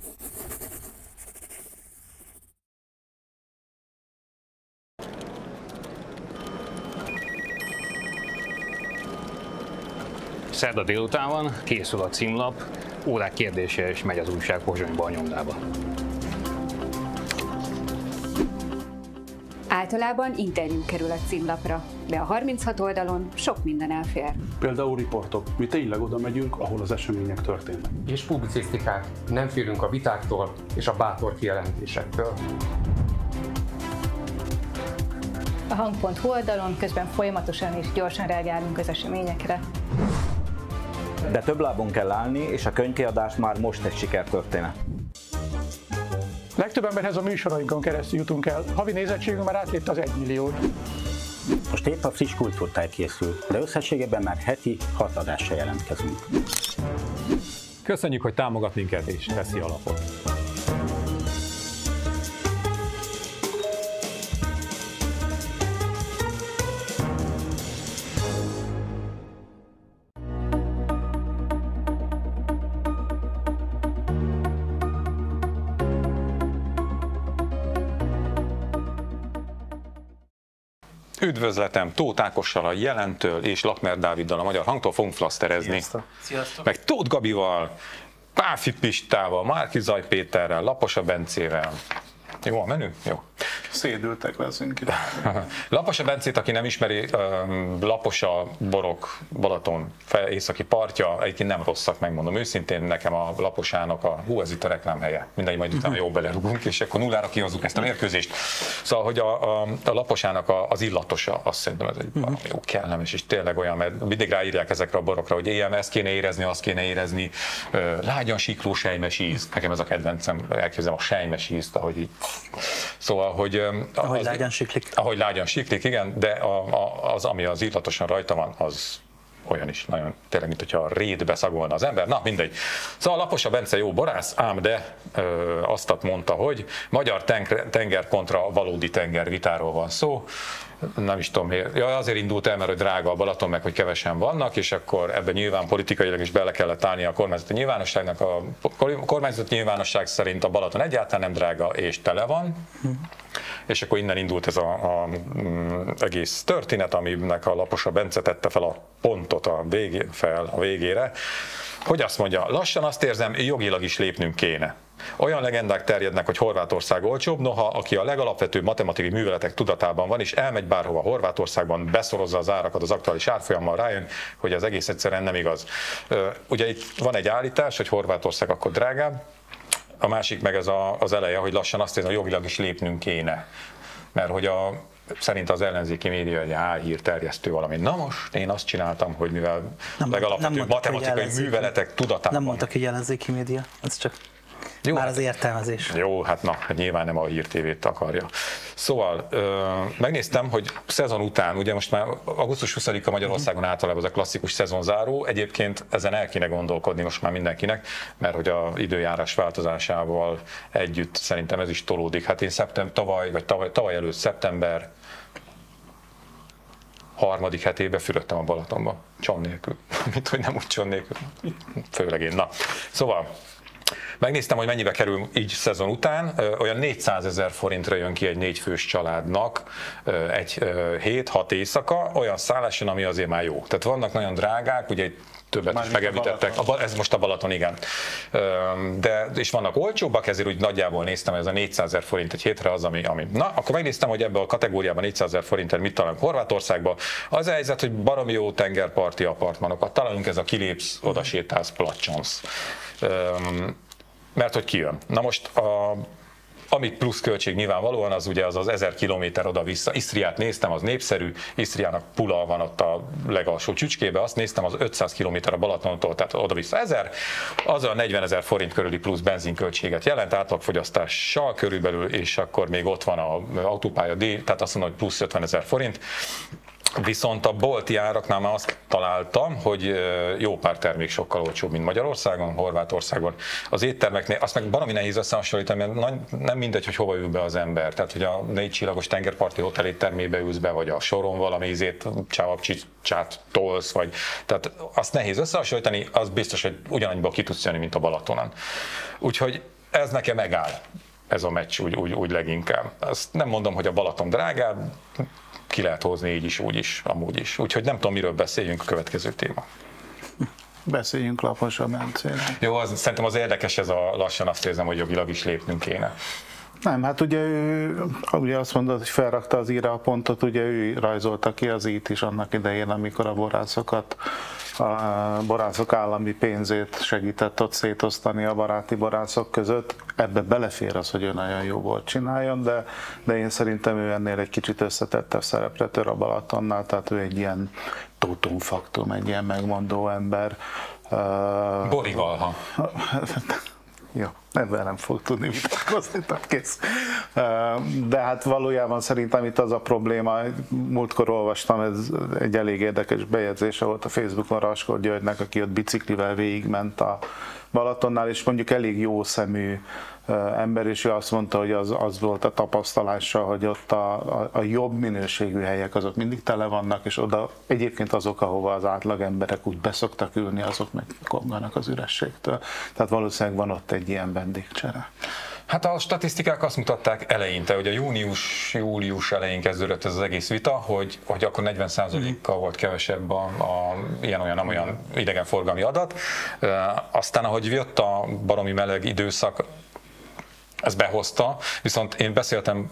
Szerda délután van, készül a címlap, órák kérdése és megy az újság Pozsonyba a nyomdába. Általában interjú kerül a címlapra, de a 36 oldalon sok minden elfér. Például riportok, mi tényleg oda megyünk, ahol az események történnek. És publicisztikák, nem félünk a vitáktól és a bátor kijelentésektől. A hang.hu oldalon közben folyamatosan és gyorsan reagálunk az eseményekre. De több lábon kell állni, és a könyvkiadás már most egy sikertörténet. Legtöbb emberhez a műsorainkon keresztül jutunk el. Havi nézettségünk már átlépte az 1 milliót. Most épp a friss kultúrtáj készül, de összességében már heti 6 adással jelentkezünk. Köszönjük, hogy támogat minket és veszi alapot. Üdvözletem, Tóth Ákossal a Jelentől és Lakmer Dáviddal a Magyar Hangtól fogunk flaszterezni. Sziasztok. Meg Tóth Gabival, Páfi Pistával, Márki Zaj Péterrel, Laposa Bencével. Jó a menü? Jó. Szédültek leszünk ide. Laposa Bencét, aki nem ismeri, Laposa, Borok, Balaton északi partja, egyébként nem rosszak, megmondom őszintén, nekem a Laposának ez itt a reklámhelye. Mindegy, majd utána jó belerugunk, és akkor nullára kihozzuk ezt a mérkőzést. Szóval, hogy a Laposának az illatosa, azt szerintem ez egy jó kellemes, és tényleg olyan, mert mindig ráírják ezekre a borokra, hogy ilyen, ezt kéne érezni, azt kéne érezni, lágyan sikló sejmes íz. Nekem ez a kedvencem, elképzelem a sejmes ízt, ahogy így. Szóval, hogy ahogy lágyan siklik. Ahogy lágyan siklik, igen, de az, ami az illatosan rajta van, az olyan is nagyon, tényleg, mint hogyha a rétbe szagolna az ember. Na, mindegy. Szóval Laposa Bence jó borász, ám de azt mondta, hogy magyar tenger kontra valódi tenger vitáról van szó. Nem is tudom miért. Ja, azért indult el, mert hogy drága a Balaton, meg hogy kevesen vannak, és akkor ebben nyilván politikailag is bele kellett állni a kormányzati nyilvánosságnak. A kormányzati nyilvánosság szerint a Balaton egyáltalán nem drága, és tele van. És akkor innen indult ez az egész történet, aminek a Laposa Bence tette fel a pontot a végére, hogy azt mondja, lassan azt érzem, jogilag is lépnünk kéne. Olyan legendák terjednek, hogy Horvátország olcsóbb, noha aki a legalapvetőbb matematikai műveletek tudatában van, és elmegy bárhova Horvátországban, beszorozza az árakat az aktuális árfolyammal, rájön, hogy az egész egyszerűen nem igaz. Ugye itt van egy állítás, hogy Horvátország akkor drágább, a másik meg ez az eleje, hogy lassan azt érzem, hogy jogilag is lépnünk kéne. Mert hogy szerint az ellenzéki média egy álhír terjesztő valami. Na most én azt csináltam, hogy mivel legalapvetőbb matematikai műveletek tudatában. Nem mondtak, hogy ellenzéki média, ez csak jó, már az értelmezés. Jó, hát nyilván nem a Hír TV-t akarja. Szóval megnéztem, hogy szezon után, ugye most már augusztus 20-a Magyarországon általában ez a klasszikus szezonzáró, egyébként ezen el kéne gondolkodni most már mindenkinek, mert hogy az időjárás változásával együtt szerintem ez is tolódik. Hát én tavaly előtt szeptember harmadik hetébe fürödtem a Balatonba, cson nélkül. Mint hogy nem úgy cson nélkül, főleg én. Na, szóval megnéztem, hogy mennyibe kerül így szezon után, olyan 400 000 forintra jön ki egy 4 fős családnak egy 7-6 éjszaka, olyan szálláson, ami azért már jó. Tehát vannak nagyon drágák, ugye többet is megemlítettek, ez most a Balaton, igen. És vannak olcsóbbak, ezért úgy nagyjából néztem, hogy ez a 400 000 forint egy hétre az, ami. Na, akkor megnéztem, hogy ebben a kategóriában 400 000 forintért mit találunk Horvátországban. Az a helyzet, hogy baromi jó tengerparti apartmanokat találunk, ez a kilépsz, oda sétálsz, placsonsz. Mert hogy kijön. Na most amit plusz költség nyilvánvalóan, az ugye az 1000 kilométer oda-vissza. Isztriát néztem, az népszerű, Isztriának Pula van ott a legalsó csücskébe, azt néztem, az 500 kilométer a Balatontól, tehát oda-vissza 1000, az a 40 000 forint körüli plusz benzinköltséget jelent, átlagfogyasztással körülbelül, és akkor még ott van az autópálya díj, tehát azt mondom, hogy plusz 50 000 forint. Viszont a bolti áraknál már azt találtam, hogy jó pár termék sokkal olcsóbb, mint Magyarországon, Horvátországon. Az éttermeknél azt meg valami nehéz összehasonlítani, mert nem mindegy, hogy hova ül be az ember. Tehát, hogy a 4 csillagos tengerparti hotel éttermébe ülsz be, vagy a soron valami ízét, csávapcsicsát tolsz, vagy. Tehát azt nehéz összehasonlítani, az biztos, hogy ugyanannyiból ki tudsz jönni, mint a Balatonon. Úgyhogy ez nekem megáll, ez a meccs úgy leginkább. Azt nem mondom, hogy a Balaton drágább, ki lehet hozni így is, úgy is, amúgy is. Úgyhogy nem tudom, miről beszéljünk, a következő téma. Beszéljünk Lapos a Bencéről. Jó, szerintem az érdekes, ez a lassan azt érzem, hogy jogilag is lépnünk kéne. Nem, hát ugye azt mondod, hogy felrakta az íra a pontot, ugye ő rajzolta ki az írt is annak idején, amikor a borászok állami pénzét segített ott szétosztani a baráti borászok között. Ebbe belefér az, hogy ő nagyon jó volt csináljon, de én szerintem ő ennél egy kicsit összetettebb szerepre tör a Balatonnál, tehát ő egy ilyen totum faktum, egy ilyen megmondó ember. Borivalha. Jó, ebben nem fog tudni vitatkozni, tehát kész. De hát valójában szerintem itt az a probléma, múltkor olvastam, ez egy elég érdekes bejegyzése volt a Facebookon Raskor Györgynek, aki ott biciklivel végigment a Balatonnál, és mondjuk elég jó szemű ember, és ő azt mondta, hogy az volt a tapasztalása, hogy ott a jobb minőségű helyek azok mindig tele vannak, és oda egyébként azok, ahova az átlag emberek úgy beszoktak ülni, azok meg konganak az ürességtől. Tehát valószínűleg van ott egy ilyen vendégcsere. Hát a statisztikák azt mutatták eleinte, hogy a június elején kezdődött ez az egész vita, hogy akkor 40%-kal volt kevesebb a ilyen-olyan idegenforgalmi adat. Aztán, ahogy jött a baromi meleg időszak, ez behozta, viszont én beszéltem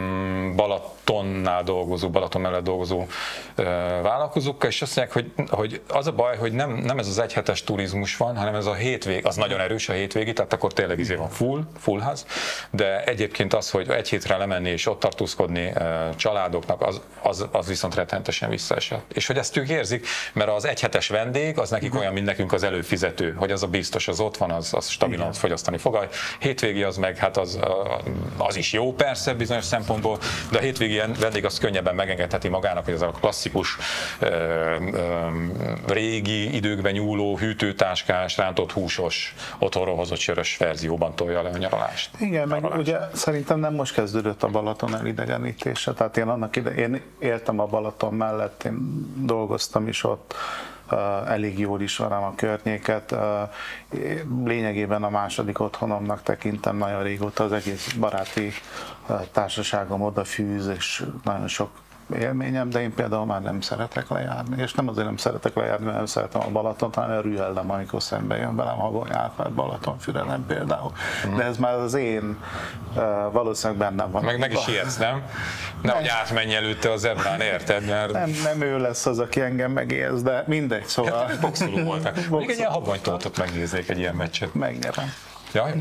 Balaton mellett dolgozó vállalkozókkal, és azt mondják, hogy az a baj, hogy nem ez az egyhetes turizmus van, hanem ez a hétvég, az nagyon erős a hétvégi, tehát akkor tényleg izé van full ház, de egyébként az, hogy egy hétre lemenni és ott tartózkodni családoknak, az viszont rettenetesen visszaesett. És hogy ezt ők érzik, mert az egyhetes vendég, az nekik olyan, mint nekünk az előfizető, hogy az a biztos, az ott van, az stabilan fogyasztani fog. A hétvégi az meg, hát az is jó persze bizonyos szempontból, de a hétvégi vendég az könnyebben megengedheti magának, hogy ez a klasszikus régi időkben nyúló hűtőtáskás, rántott húsos, otthonról hozott sörös verzióban tolja le a nyaralást. Igen, meg ugye szerintem nem most kezdődött a Balaton elidegenítése, tehát én éltem a Balaton mellett, én dolgoztam is ott, elég jól ismerem a környéket. Lényegében a második otthonomnak tekintem nagyon régóta, az egész baráti társaságom oda fűz, és nagyon sok élményem, de én például már nem szeretek lejárni, és nem azért nem szeretek lejárni, mert nem szeretem a Balatont, hanem rühellem, amikor szembe jön velem Habony Árpád Balatonfüreden például. De ez már az én valószínűleg bennem van. Meg is ijedsz, nem? Nehogy átmenj előtte az zebrán, érted? Mert... Nem ő lesz az, aki engem megérz, de mindegy, szóval... Hát, boxoló voltak. Még egy ilyen Habonytoltot megnézzék egy ilyen meccset. Megnyerem. Jaj.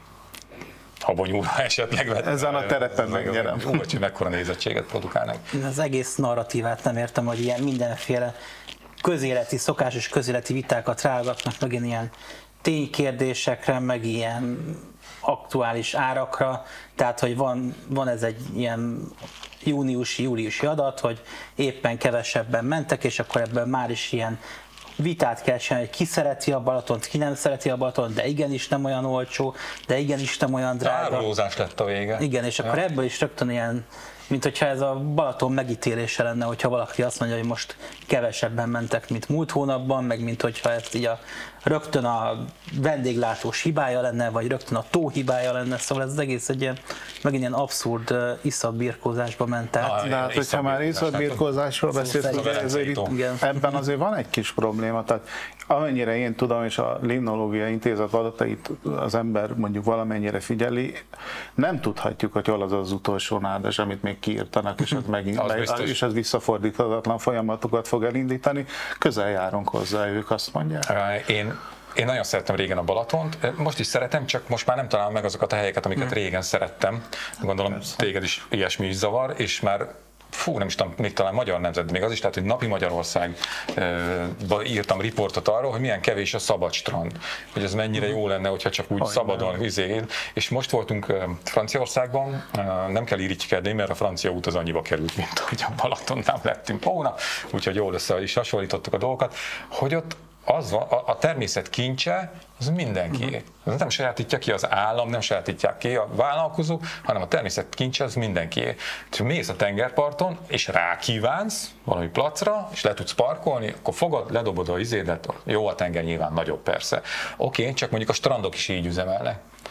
Habony úr, ha esetleg ezen a terepen megnyerem. Úgy, hogy mekkora nézettséget produkálnak. Én az egész narratívát nem értem, hogy ilyen mindenféle közéleti, szokásos közéleti vitákat rágatnak, meg ilyen ténykérdésekre, meg ilyen aktuális árakra, tehát hogy van ez egy ilyen júliusi adat, hogy éppen kevesebben mentek, és akkor ebben már is ilyen vitát kell csinálni, hogy ki szereti a Balatont, ki nem szereti a Balatont, de igenis nem olyan olcsó, de igenis nem olyan drága. Árulózás lett a vége. Igen, és akkor ebből is rögtön ilyen, mint hogyha ez a Balaton megítélése lenne, hogyha valaki azt mondja, hogy most kevesebben mentek, mint múlt hónapban, meg mint hogyha ezt így rögtön a vendéglátós hibája lenne, vagy rögtön a tó hibája lenne, szóval ez az egész egy ilyen, megint ilyen abszurd iszapbirkózásba ment át. De hát, hogyha már iszapbirkózásról beszéltünk, ebben azért van egy kis probléma, tehát amennyire én tudom, és a Limnológiai Intézet adatait az ember mondjuk valamennyire figyeli, nem tudhatjuk, hogy hol az az utolsó nádas, amit még kiírtanak, és ez visszafordíthatatlan folyamatokat fog elindítani. Közel járunk hozzá, ők azt mondják. Én nagyon szerettem régen a Balatont, most is szeretem, csak most már nem találom meg azokat a helyeket, amiket régen szerettem. Gondolom téged is ilyesmi is zavar, és már nem is tudom, még talán Magyar Nemzet, még az is, tehát, hogy Napi Magyarországba írtam riportot arról, hogy milyen kevés a szabad strand, hogy ez mennyire jó lenne, hogyha csak úgy szabadon vizél. És most voltunk Franciaországban, nem kell irigykedni, mert a francia út az annyiba került, mint hogy a Balatonnál lettünk hónap, úgyhogy jól össze is hasonlítottuk a dolgokat, hogy ott az van, a természet kincse, az mindenki. Ez nem sajátítja ki az állam, nem sajátítják ki a vállalkozók, hanem a természet kincse az mindenki. Ha mész a tengerparton, és rákívánsz valami placra, és le tudsz parkolni, akkor fogod, ledobod a izédet, jó, a tenger nyilván nagyobb persze. Oké, csak mondjuk a strandok is így üzemelnek.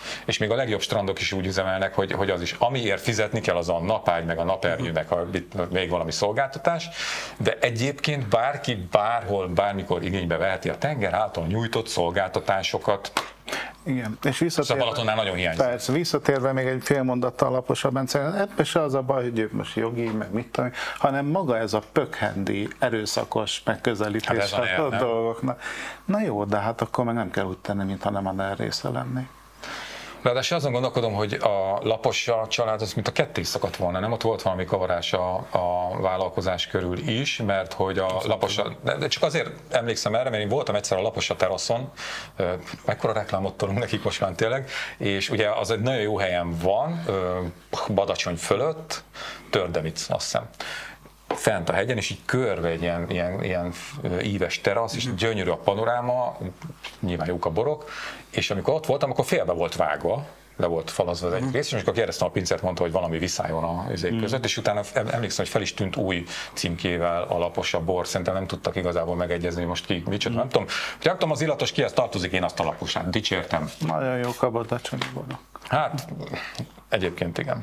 És még a legjobb strandok is úgy üzemelnek, hogy az is, amiért fizetni kell, az a napágy, meg a napernyő, meg még valami szolgáltatás, de egyébként bárki bárhol, bármikor igénybe veheti a tenger által nyújtott szolgáltatásokat. Igen, és visszatérve, Balatonnál nagyon hiányzik. Persze, visszatérve még egy fél mondattal alaposabban, ebben se az a baj, hogy ők most jogi, meg mit tudom, hanem maga ez a pökhendi, erőszakos megközelítés a dolgoknak. Na jó, de hát akkor meg nem kell úgy tenni, mintha nem adná része lenni. Ráadásul azon gondolkodom, hogy a Lapossa család az mint a ketté szakadt volna, nem? Ott volt valami kavarás a vállalkozás körül is, mert hogy a Lapossa, de csak azért emlékszem erre, mert én voltam egyszer a Lapossa teraszon, mekkora reklámot tolunk nekik most már tényleg, és ugye az egy nagyon jó helyen van, Badacsony fölött, Tördemic, azt hiszem. Fent a hegyen, és így körbe egy ilyen íves terasz, és gyönyörű a panoráma, nyilván jók a borok, és amikor ott voltam, akkor félbe volt vágva, le volt falazva az egy rész, és amikor kérdeztem a pincert, mondta, hogy valami viszályban a üzék között, és utána emlékszem, hogy fel is tűnt új címkével a Lapossa bor, szerintem nem tudtak igazából megegyezni, most ki micsoda, nem tudom. Hogy tudom, az illatos kihez tartozik, én azt a Lapossát dicsértem. Nagyon jó Badacsony borok. Hát, egyébként igen.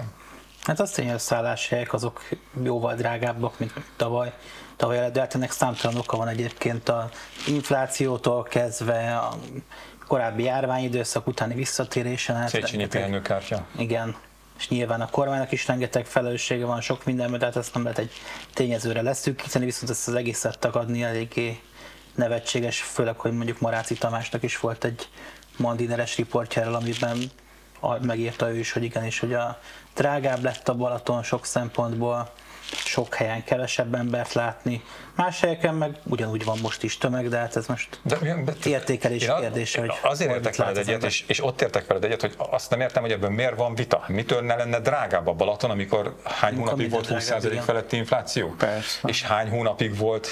Hát azt tényleg a szálláshelyek azok jóval drágábbak, mint tavaly előtt, de hát ennek számtalan oka van egyébként a inflációtól kezdve, a korábbi járványidőszak utáni visszatérésen. Széchenyi pihenőkártya. Igen, és nyilván a kormánynak is rengeteg felelőssége van sok mindenben, de hát ezt nem lehet egy tényezőre leszűkíteni, viszont ezt az egészet tagadni eléggé nevetséges, főleg, hogy mondjuk Maráci Tamásnak is volt egy mandineres riportjáról, amiben megírta ő is, hogy igenis, hogy a drágább lett a Balaton sok szempontból, sok helyen kevesebb embert látni, más helyeken meg ugyanúgy van most is tömeg, de hát ez most értékelés kérdése. Hogy azért értek veled egyet, és ott értek veled egyet, hogy azt nem értem, hogy ebben miért van vita. Mitől ne lenne drágább a Balaton, amikor hány hónapig volt 20% feletti infláció? Persze. És hány hónapig volt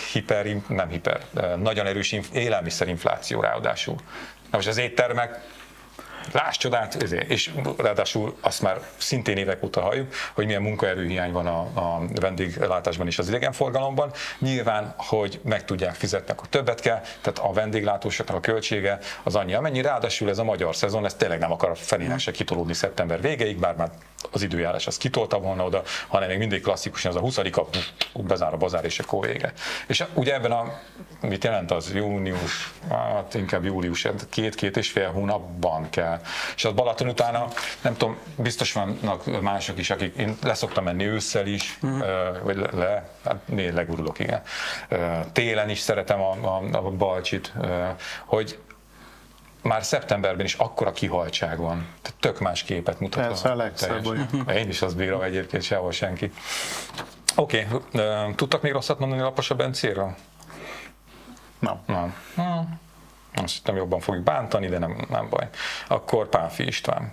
nagyon erős élelmiszerinfláció ráadásul. Na most az éttermek, láss csodát, és ráadásul azt már szintén évek óta halljuk, hogy milyen munkaerőhiány van a vendéglátásban és az idegenforgalomban. Nyilván, hogy meg tudják fizetni, akkor többet kell, tehát a vendéglátósoknak a költsége az annyi, amennyi. Ráadásul ez a magyar szezon, ez tényleg nem akar felének se kitolódni szeptember végéig, bár már az időjárás az kitolta volna oda, hanem még mindig klasszikusan az a 20-a, bezár a bazár és akkor vége. És ugye ebben mit jelent az június, hát inkább július, két és fél hónapban kell. És az Balaton utána, nem tudom, biztos vannak mások is, akik, én leszoktam menni ősszel is, vagy hát legurulok, igen. Télen is szeretem a Balcsit, hogy már szeptemberben is akkora kihaltság van, tehát tök más képet mutat. Ez a legszebb. Én is azt bírom egyébként, sehol senki. Oké, tudtak még rosszat mondani Lapossa Bencéről? Nem. Azt hittem, jobban fogjuk bántani, de nem baj. Akkor Pálffy István.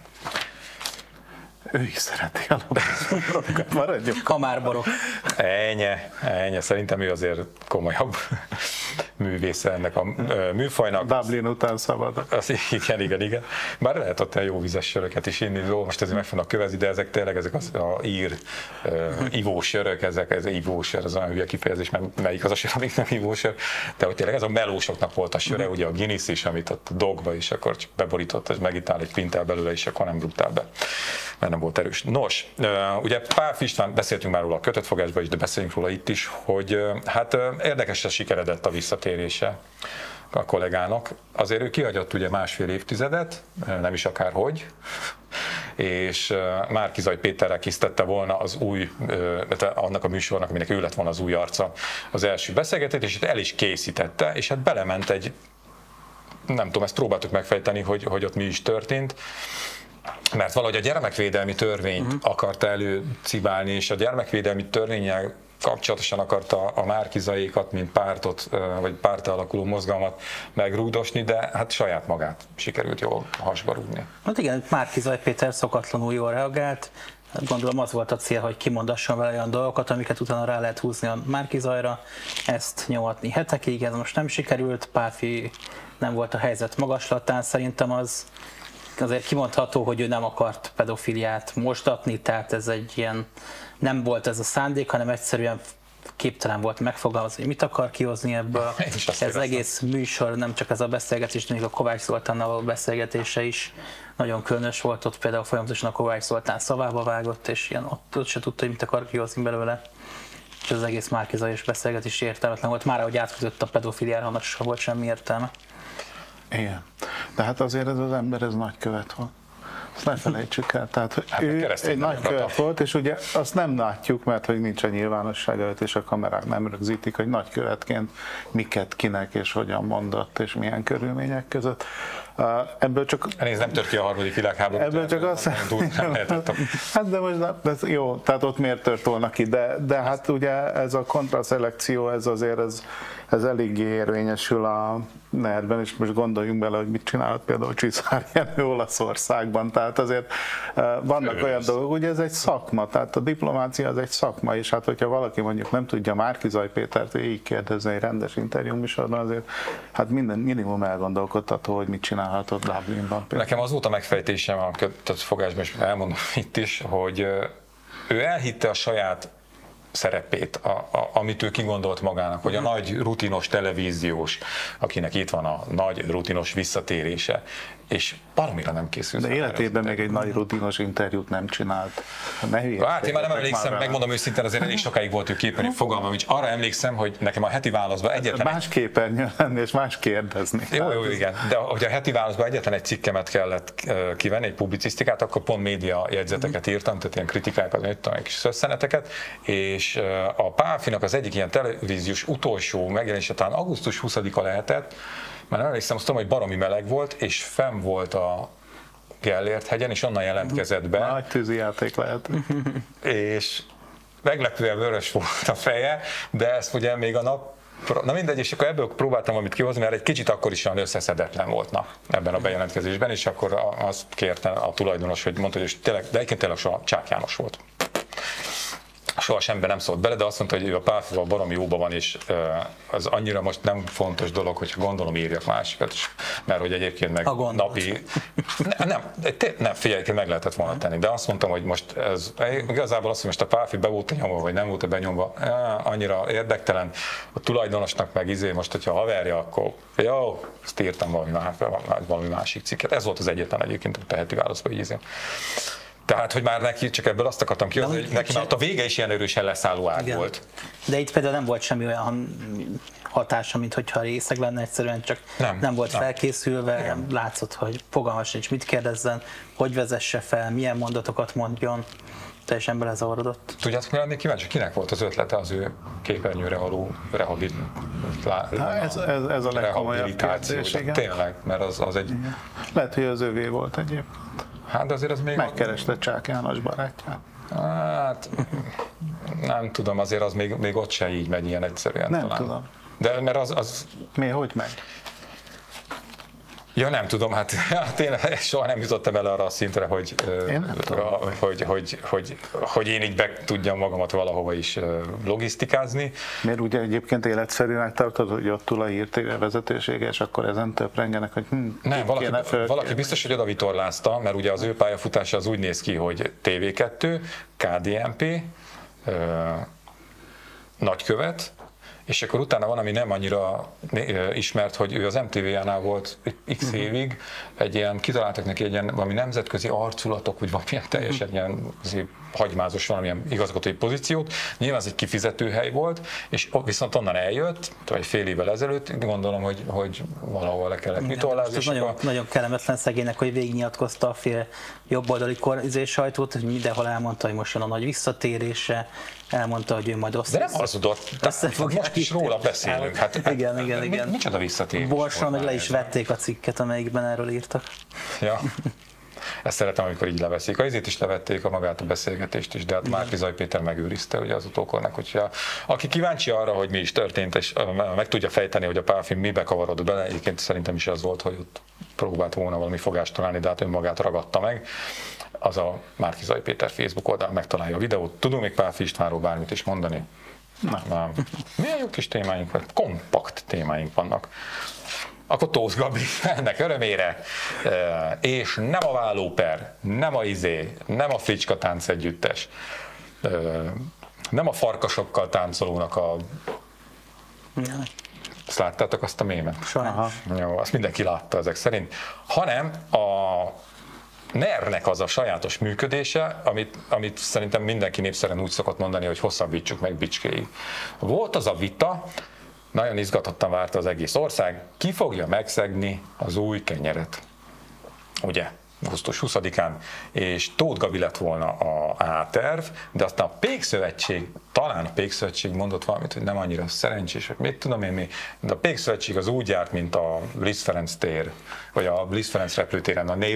Ő is szereti a laborokat, maradjunk. Kamárborok. Ennyi, szerintem ő azért komolyabb művésze ennek a műfajnak. Dublin után szabad. Igen. Bár lehet ott jó vizes söröket is inni, most ezért meg fognak kövezni, de ezek tényleg ezek az ír ivósörök, ez ivósör, az olyan hülye kifejezés, mert melyik az a sör, amik nem ivósör, de hogy tényleg ez a melósoknak volt a söre, ugye a Guinness is, amit ott dogba is, akkor csak beborított, és megitál egy pintel belőle, és akkor nem rúgtál be, mert nem volt erős. Nos, ugye Pálffy István, beszéltünk már róla a kötött fogásban is, de beszéljünk róla itt is, hogy hát érdekesen sikeredett a visszatérése a kollégának. Azért ő kihagyott ugye 1,5 évtizedet, nem is akárhogy, és Márki-Zay Péterrel készítette volna az új, annak a műsornak, aminek ő lett volna az új arca, az első beszélgetést, és el is készítette, és hát belement egy, nem tudom, ezt próbáltuk megfejteni, hogy ott mi is történt, mert valahogy a gyermekvédelmi törvényt akarta előcibálni, és a gyermekvédelmi törvénnyel kapcsolatosan akarta a Márki-Zayékat, mint pártot, vagy párttal alakuló mozgalmat megrúgdosni, de hát saját magát sikerült jól hasba rúgni. Hát igen, Márki-Zay Péter szokatlanul jól reagált. Gondolom az volt a cél, hogy kimondasson vele olyan dolgokat, amiket utána rá lehet húzni a Márki-Zayra. Ezt nyomatni hetekig, ez most nem sikerült. Pálffy nem volt a helyzet magaslatán, szerintem az azért kimondható, hogy ő nem akart pedofiliát mosdatni, tehát ez egy ilyen, nem volt ez a szándék, hanem egyszerűen képtelen volt megfogalmazni, hogy mit akar kihozni ebből. Ez egész műsor, nem csak ez a beszélgetés, még a Kovács Zoltánnal való beszélgetése is nagyon különös volt, ott például folyamatosan a Kovács Zoltán szavába vágott, és ilyen ott se tudta, hogy mit akar kihozni belőle. És az egész Márki Zajos beszélgetés értelmetlen volt, már ahogy átkötött a pedofiliára, annak sem volt semmi értelme. Igen. De hát azért ez az ember, ez nagykövet volt. Azt ne felejtsük el. Tehát ő egy nagykövet volt, és ugye azt nem látjuk, mert hogy nincs a nyilvánosság előtt, és a kamerák nem rögzítik, hogy nagykövetként miket, kinek és hogyan mondott, és milyen körülmények között. Ebből csak... Ez nem tört ki a harmadik világháború. Ebből csak azt... Hát de most ez jó, tehát ott miért tört volna ki, de hát ugye ez a kontraszelekció, ez azért ez eléggé érvényesül a NER-ben, és most gondoljunk bele, hogy mit csinálhat például Csiszár Jenő Olaszországban, tehát azért vannak olyan dolgok, ugye ez egy szakma, tehát a diplomácia az egy szakma, és hát hogyha valaki mondjuk nem tudja Márki-Zay Pétert így kérdezni egy rendes interjú műsorban, azért hát minden minimum elgondolkodtató, hogy mit csinálhatott Dublinban. Nekem az volt a megfejtésem a kötött fogásban, és elmondom itt is, hogy ő elhitte a saját szerepét, amit ő kigondolt magának, hogy a nagy rutinos televíziós, akinek itt van a nagy rutinos visszatérése, és baromira nem készült. De életében még egy nagy rutinos interjút nem csinált. Hát én már nem emlékszem, megmondom őszintén, azért elég sokáig volt ő képernyő, fogalmam nincs. Arra emlékszem, hogy nekem a heti válaszban egyetlen... Más képernyő lenni, és más kérdezni. Jó, igen. De hogy a heti válaszban egyetlen egy cikkemet kellett kivenni, egy publicisztikát, akkor pont média jegyzeteket írtam, tehát ilyen kritikákat, egy kis szösszeneteket, és a Pálfinak az egyik ilyen televíziós utolsó megjelenése talán augusztus 20-a lehetett, már nem emlékszem, azt tudom, hogy baromi meleg volt, és fenn volt a Gellért hegyen, és onnan jelentkezett be. Nagy tűzijáték lehet. És meglepően vörös volt a feje, de ezt ugye még a nap... Na mindegy, és akkor ebből próbáltam valamit kihozni, mert egy kicsit akkor is olyan összeszedetlen volt ebben a bejelentkezésben, és akkor azt kérte a tulajdonos, hogy mondta, hogy tényleg, de egyébként tényleg soha Csák János volt. Soha semmiben nem szólt bele, de azt mondta, hogy ő a Pálfival baromi jóban van, és az annyira most nem fontos dolog, hogyha gondolom írjak másikat is, mert hogy egyébként meg napi... Nem, figyelj, meg lehetett volna tenni, de azt mondtam, hogy most ez igazából azt, hogy most a Pálfi be volt nyomva, vagy nem volt benyomva, annyira érdektelen, a tulajdonosnak meg most, hogyha haverja, akkor jó, ezt írtam valami másik cikket. Ez volt az egyetlen egyébként a heti válaszban, így Tehát, hogy már neki csak ebből azt akartam kihozni, hogy neki már a vége is ilyen erősen leszálló ág volt. De itt például nem volt semmi olyan hatása, mint hogyha részeg lenne, egyszerűen csak nem volt felkészülve, látszott, hogy fogalmas nincs, mit kérdezzen, hogy vezesse fel, milyen mondatokat mondjon, teljesen belezavarodott. Tudjátok, mi lennék kíváncsi, kinek volt az ötlete az ő képernyőre való ez a legkomolyabb kérdés, igen. Tényleg, mert az egy... Lehet, hogy az övé volt egyébként. Hát azért az még... Megkereste Csák János barátját. Hát nem tudom, azért az még ott se így megy ilyen egyszerűen. Nem talán. tudom. De mert az... Mi, hogy megy? Ja, nem tudom, hát tényleg soha nem jutottam el arra a szintre, hogy én így be tudjam magamat valahova is logisztikázni. Miért ugye egyébként életszerűnek tartod, hogy ott túl a hírtévé vezetősége, és akkor ezen töprengenek, hogy nem, valaki biztos, hogy oda vitorlázta, mert ugye az ő pályafutása az úgy néz ki, hogy TV2, KDNP, nagykövet, és akkor utána van, ami nem annyira ismert, hogy ő az MTV-nál volt x évig, kitaláltak neki egy ilyen valami nemzetközi arculatok, vagy valamilyen teljesen ilyen hagymázos valamilyen igazgatói pozíciót. Nyilván ez egy kifizető hely volt, és viszont onnan eljött, egy fél évvel ezelőtt, gondolom, hogy valahol le kellett vitorlázni. Nagyon kellemetlen szegénynek, hogy végignyilatkozta a fél jobboldali sajtót, hogy mindenhol elmondta, hogy most jön a nagy visszatérése, elmondta, hogy ő majd De nem hazudott, most is róla beszélünk. Hát, igen. Micsoda visszatérés? Borson meg le is vették a cikket, amelyikben erről írtak. Ja. Ezt szeretem, amikor így leveszik. Azért is levették magát a beszélgetést is, de hát Márki-Zay Péter megőrizte ugye az utókornak, hogyha aki kíváncsi arra, hogy mi is történt, és meg tudja fejteni, hogy a Pálfi mibe kavarodott bele, egyébként szerintem is az volt, hogy ott próbált volna valami fogást találni, de hát önmagát ragadta meg. Az a Márki-Zay Péter Facebook oldalán megtalálja a videót. Tudunk még Pálfi Istvánról bármit is mondani? Nem. Milyen jó kis témáink vannak, kompakt témáink vannak. Akkor Tóth Gabi, ennek örömére, és nem a vállóper, nem a nem a Fricska tánc együttes nem a farkasokkal táncolónak a... Azt láttátok azt a mémet? Sajnos. Jó, azt mindenki látta ezek szerint. Hanem a NER-nek az a sajátos működése, amit szerintem mindenki népszerűen úgy szokott mondani, hogy hosszabbítsuk meg bicskéig. Volt az a vita, nagyon izgatottan várta az egész ország, ki fogja megszegni az új kenyeret. Ugye? augusztus 20-án, és Tóth Gabi lett volna a A-terv, de aztán a Pékszövetség, talán a Pékszövetség mondott valamit, hogy nem annyira szerencsés, hogy mit tudom én mi, de a Pékszövetség az úgy járt, mint a Liszt Ferenc tér, vagy a Liszt Ferenc repülőtéren a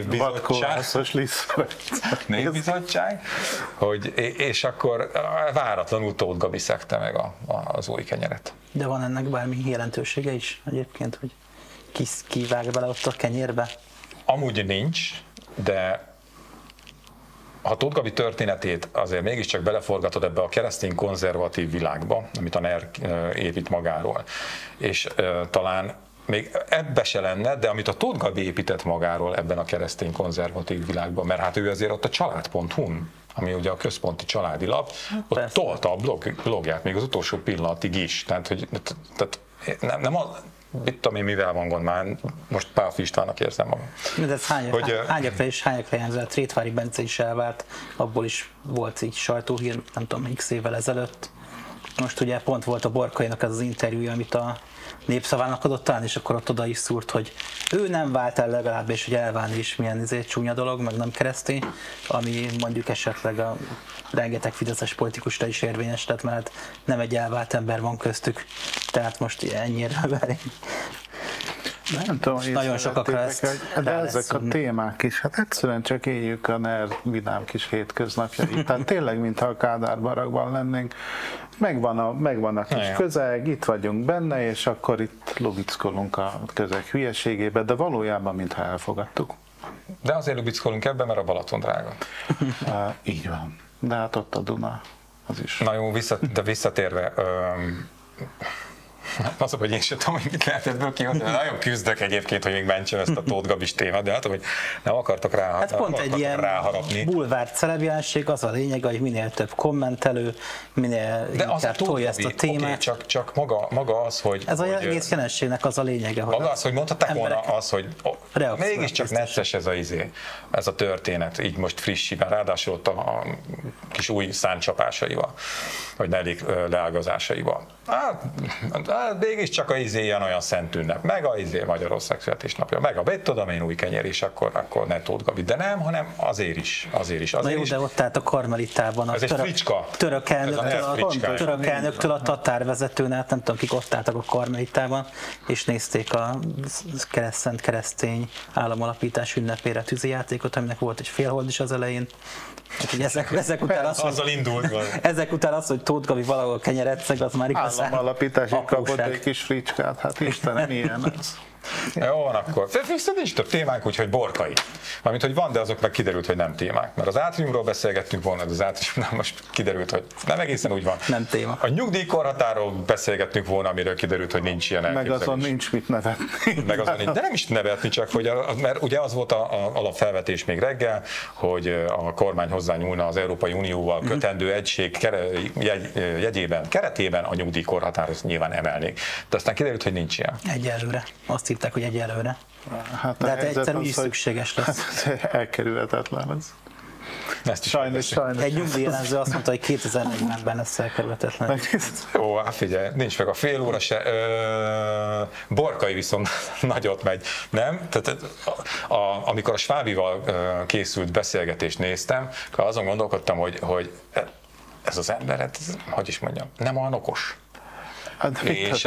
névbizottság, hogy, és akkor váratlanul Tóth Gabi szegte meg az új kenyeret. De van ennek bármi jelentősége is egyébként, hogy ki vág bele ott a kenyérbe? Amúgy nincs, de ha Tóth Gabi történetét azért mégiscsak beleforgatod ebbe a keresztény konzervatív világba, amit a NER épít magáról, és talán még ebbe se lenne, de amit a Tóth Gabi épített magáról ebben a keresztény konzervatív világban, mert hát ő azért ott a család.hu-n, ami ugye a központi családi lap, ott tolta a blogját még az utolsó pillanatig is. Tehát nem a, mit tudom én, mivel van gond, már most Pálfi Istvánnak érzem magam. De ez hányakra jelzett, Trétvári Bence is elvált, abból is volt így sajtóhír, nem tudom, x évvel ezelőtt. Most ugye pont volt a Borkainak az interjúja, amit a Népszavának adott talán, és akkor ott oda is szúrt, hogy ő nem vált el legalább, és hogy elválni is milyen csúnya dolog, meg nem keresztény, ami mondjuk esetleg a rengeteg fideszes politikusra is érvényes, tehát mert nem egy elvált ember van köztük, tehát most ennyire nem tudom, nagyon sokakra ezt de ezek a témák is, hát egyszerűen csak éljük a NER vidám kis hétköznapjait. Tehát tényleg, mintha a Kádár barakban lennénk, megvan a kis közeg, itt vagyunk benne, és akkor itt lubickolunk a közeg hülyeségébe, de valójában mintha elfogadtuk. De azért lubickolunk ebben, mert a Balaton drága. Így van. De hát ott a Duna, az is. Na jó, de visszatérve, az, hogy én sem tudom, hogy mit lehet ebből kihozni, nagyon küzdök egyébként, hogy még mentsem ezt a Tóth Gabis témát, de hát, hogy nem akartak hát pont egy ilyen ráharapni. bulvár celebjelenség, az a lényeg, hogy minél több kommentelő, minél inkább tolja ezt a témát. Okay, csak maga az, hogy... Ez az egész jelenségnek az a lényege. Maga az, hogy mondhatták volna az, hogy mégiscsak necces ez a történet, így most frissiben, ráadásul ott a kis új száncsapásaival, vagy negyedik leágazásaival. Hát mégiscsak a ilyen olyan szent ünnep, meg a Magyarország születésnapja, meg a tudom én új kenyer is, akkor ne Tóth Gabi, de nem, hanem azért is. Na jó, de ott állt a Karmelitában, ez egy fricska. Török elnöktől a tatárvezetőn át, nem tudom, kik ott álltak a Karmelitában, és nézték a Szent Keresztény államalapítás ünnepére tűzijátékot, aminek volt egy félhold is az elején. Ezek után az, hogy Tóth Gabi valahol kenyeret szeg, az már igazán államalapítási kapott egy kis fricskát, hát Istenem, ilyen ez. Jó, van akkor. Viszont nincs több témánk, úgyhogy Borkai. Valamint, hogy van, de azok meg kiderült, hogy nem témák. Mert az átriumról beszélgettünk volna, de az átriumnál most kiderült, hogy nem egészen úgy van. Nem téma. A nyugdíjkorhatáról beszélgettünk volna, amiről kiderült, hogy nincs ilyen elképzelés. Meg azon nincs mit nevetni. De nem is nevetni, csak hogy mert ugye az volt az alapfelvetés még reggel, hogy a kormány hozzányúlna az Európai Unióval kötendő egység keretében a nyugdíjkorhatároz nyilván emelnék. De aztán kiderült, hogy nincs ilyen. Egyelőre. Azt hívták, hogy egyelőre. Hát de hát egyszer is szükséges lesz. Hát, elkerülhetetlen ez. Sajnos. Egy nyugdíjelenző azt mondta, hogy 2040-ben lesz elkerülhetetlen. Jó, hát figyelj, nincs meg a fél óra se. Borkai viszont nagyot megy, nem? Tehát, amikor a Schwabival készült beszélgetést néztem, akkor azon gondolkodtam, hogy ez az ember, hogy is mondjam, nem olyan okos. Hát,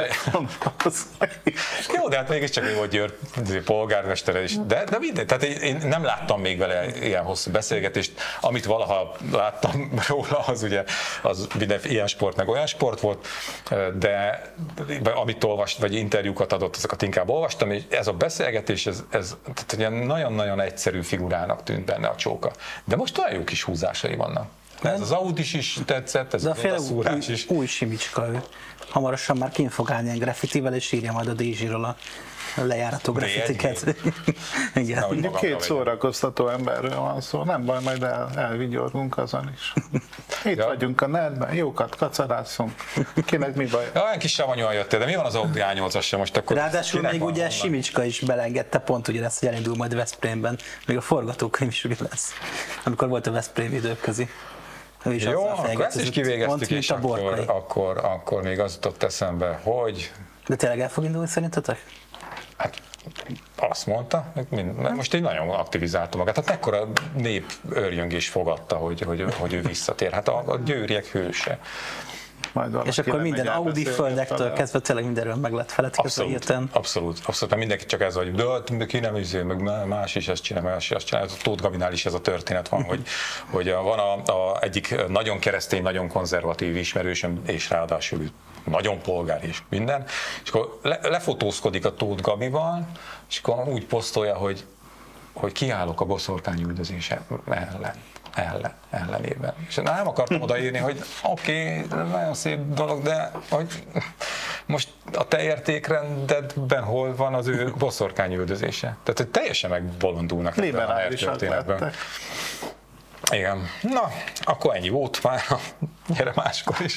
jó, de hát mégiscsak ő volt Győr polgármestere is, de mindegy, tehát én nem láttam még vele ilyen hosszú beszélgetést, amit valaha láttam róla, az ugye az ilyen sport meg olyan sport volt, de amit olvast, vagy interjúkat adott, azokat inkább olvastam, és ez a beszélgetés, ez tehát nagyon-nagyon egyszerű figurának tűnt benne a csóka. De most olyan jó kis húzásai vannak. Ez az Audis is tetszett, ez a szúrás is. Új simicska ő. Hamarosan már kint fog állni ilyen graffitivel, és írja majd a Dézsiről a lejárató graffitiket. Igen. Mondjuk két szórakoztató emberről van szó, nem baj, majd elvigyorgunk azon is. Itt vagyunk a netben, jókat kacarászunk, kinek mi baj? Olyan kis savanyúan jöttél, de mi van az Audi A8-as most akkor? Ráadásul még ugye Simicska is belengedte pont ugyanezt, hogy elindul majd Veszprémben, még a forgatókönyv is úgy lesz, amikor volt a Veszprém időközi. Jó, akkor ezt is kivégeztük, és akkor még az jutott eszembe, hogy... De tényleg el fog indulni szerintetek? Hát azt mondta, most így nagyon aktivizálta magát. Hát ekkora népörjöngés fogadta, hogy ő visszatér. Hát a győriek hőse. És akkor minden Audi földektől kezdve tényleg mindenről meg lett feledkezve hirtelen. Abszolút. Mindenki csak ez, hogy de ki nem üző, meg más is ezt csinál, más is azt csinál. Tóth Gabinál is ez a történet van, hogy van egyik nagyon keresztény, nagyon konzervatív ismerősöm, és ráadásul nagyon polgár és minden, és akkor lefotózkodik a Tóth Gabival, és akkor úgy posztolja, hogy kiállok a boszorkányüldözés ellenében. És nem akartam odaírni, hogy oké, nagyon szép dolog, de hogy most a te értékrendedben hol van az ő boszorkányüldözése. Tehát, hogy teljesen megbolondulnak ebben a történetben. Igen. Na, akkor ennyi volt már. Gyere máskor is.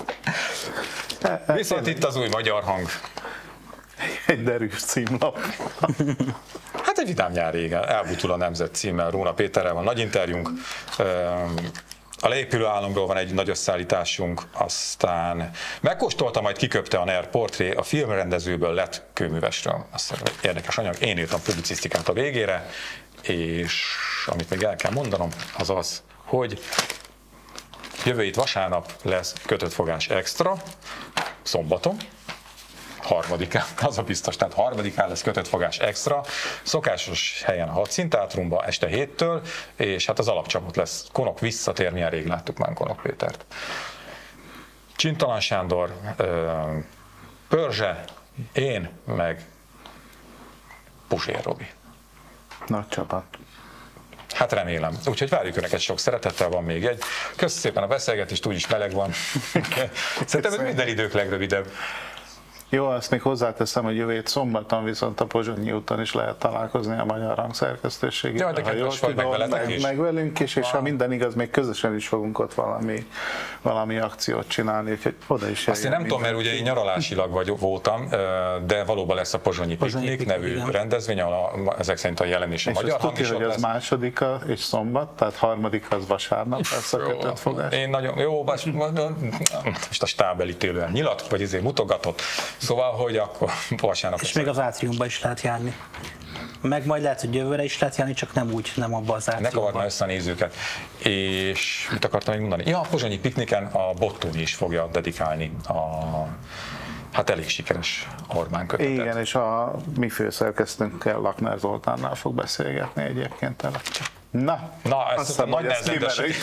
Viszont itt az új magyar hang. Egy derűs címlap. Hát egy vidám nyár régen. Elbutul a Nemzet címmel. Róna Péterrel van nagy interjúnk. A leépülő álomról van egy nagy összeállításunk, aztán megkóstolta, majd kiköpte a NER portré a filmrendezőből lett kőművesről. Aztán érdekes anyag. Én írtam publicisztikát a végére, és amit még el kell mondanom, az az, hogy jövő hét vasárnap lesz kötött fogás extra, szombaton, 3-án, az a biztos, tehát 3-án lesz kötött fogás extra, szokásos helyen a Hadszínteátrumban este 7-től, és hát az alapcsapat lesz. Konok visszatér, milyen rég láttuk már Konok Pétert. Csintalan Sándor, Pörzse, én, meg Puzsér Robi. Nagy csapat. Hát remélem. Úgyhogy várjuk Önöket sok szeretettel, van még egy. Köszönöm szépen a beszélgetést, úgyis meleg van. Szerintem minden idők legrövidebb. Jó, azt még hozzáteszem, hogy jövő hét szombaton viszont a Pozsonyi úton is lehet találkozni a Magyar Hang szerkesztőségével. Ja, de kedves vagy, meg veletek is. Meg velünk is, és ha minden igaz, még közösen is fogunk ott valami akciót csinálni, úgyhogy oda is. Azt én nem tudom, mert ugye én nyaralásilag voltam, de valóban lesz a Pozsonyi Piknik nevű rendezvény, ahol ezek szerint a jelenés a Magyar Hang is ott lesz. Az másodika és szombat, tehát harmadika az vasárnap lesz a kötött fogás. Én nagyon jó, most a stáb elítélően nyilat, vagy ezért mutogatott. Szóval, hogy akkor vasárnap. És még az átriumban is lehet járni. Meg majd lehet, hogy jövőre is lehet járni, csak nem úgy, nem abban az átriumban. Ne kavarna össze a nézőket. És mit akartam még mondani? Ja, a Pozsonyi Pikniken a Bottoni is fogja dedikálni hát elég sikeres Orbán kötetet. Igen, és a mi főszerkesztőnkkel, Lakner Zoltánnal fog beszélgetni egyébként. Na, ezt nagy nehezen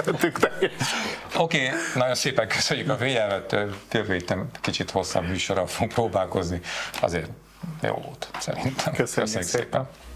Oké, nagyon szépen köszönjük a figyelmet, jövő héten kicsit hosszabb műsorral fogunk próbálkozni, azért jó volt szerintem. Köszönjük szépen.